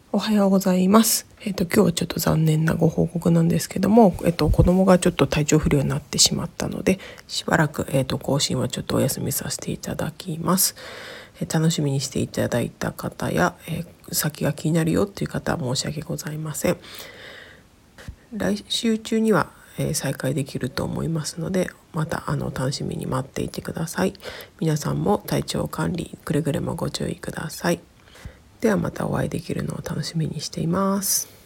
おはようございます。今日はちょっと残念なご報告なんですけども、子供がちょっと体調不良になってしまったので、しばらく、更新はちょっとお休みさせていただきます。楽しみにしていただいた方や、先が気になるよっていう方は申し訳ございません。来週中には、再開できると思いますので、また楽しみに待っていてください。皆さんも体調管理くれぐれもご注意ください。ではまたお会いできるのを楽しみにしています。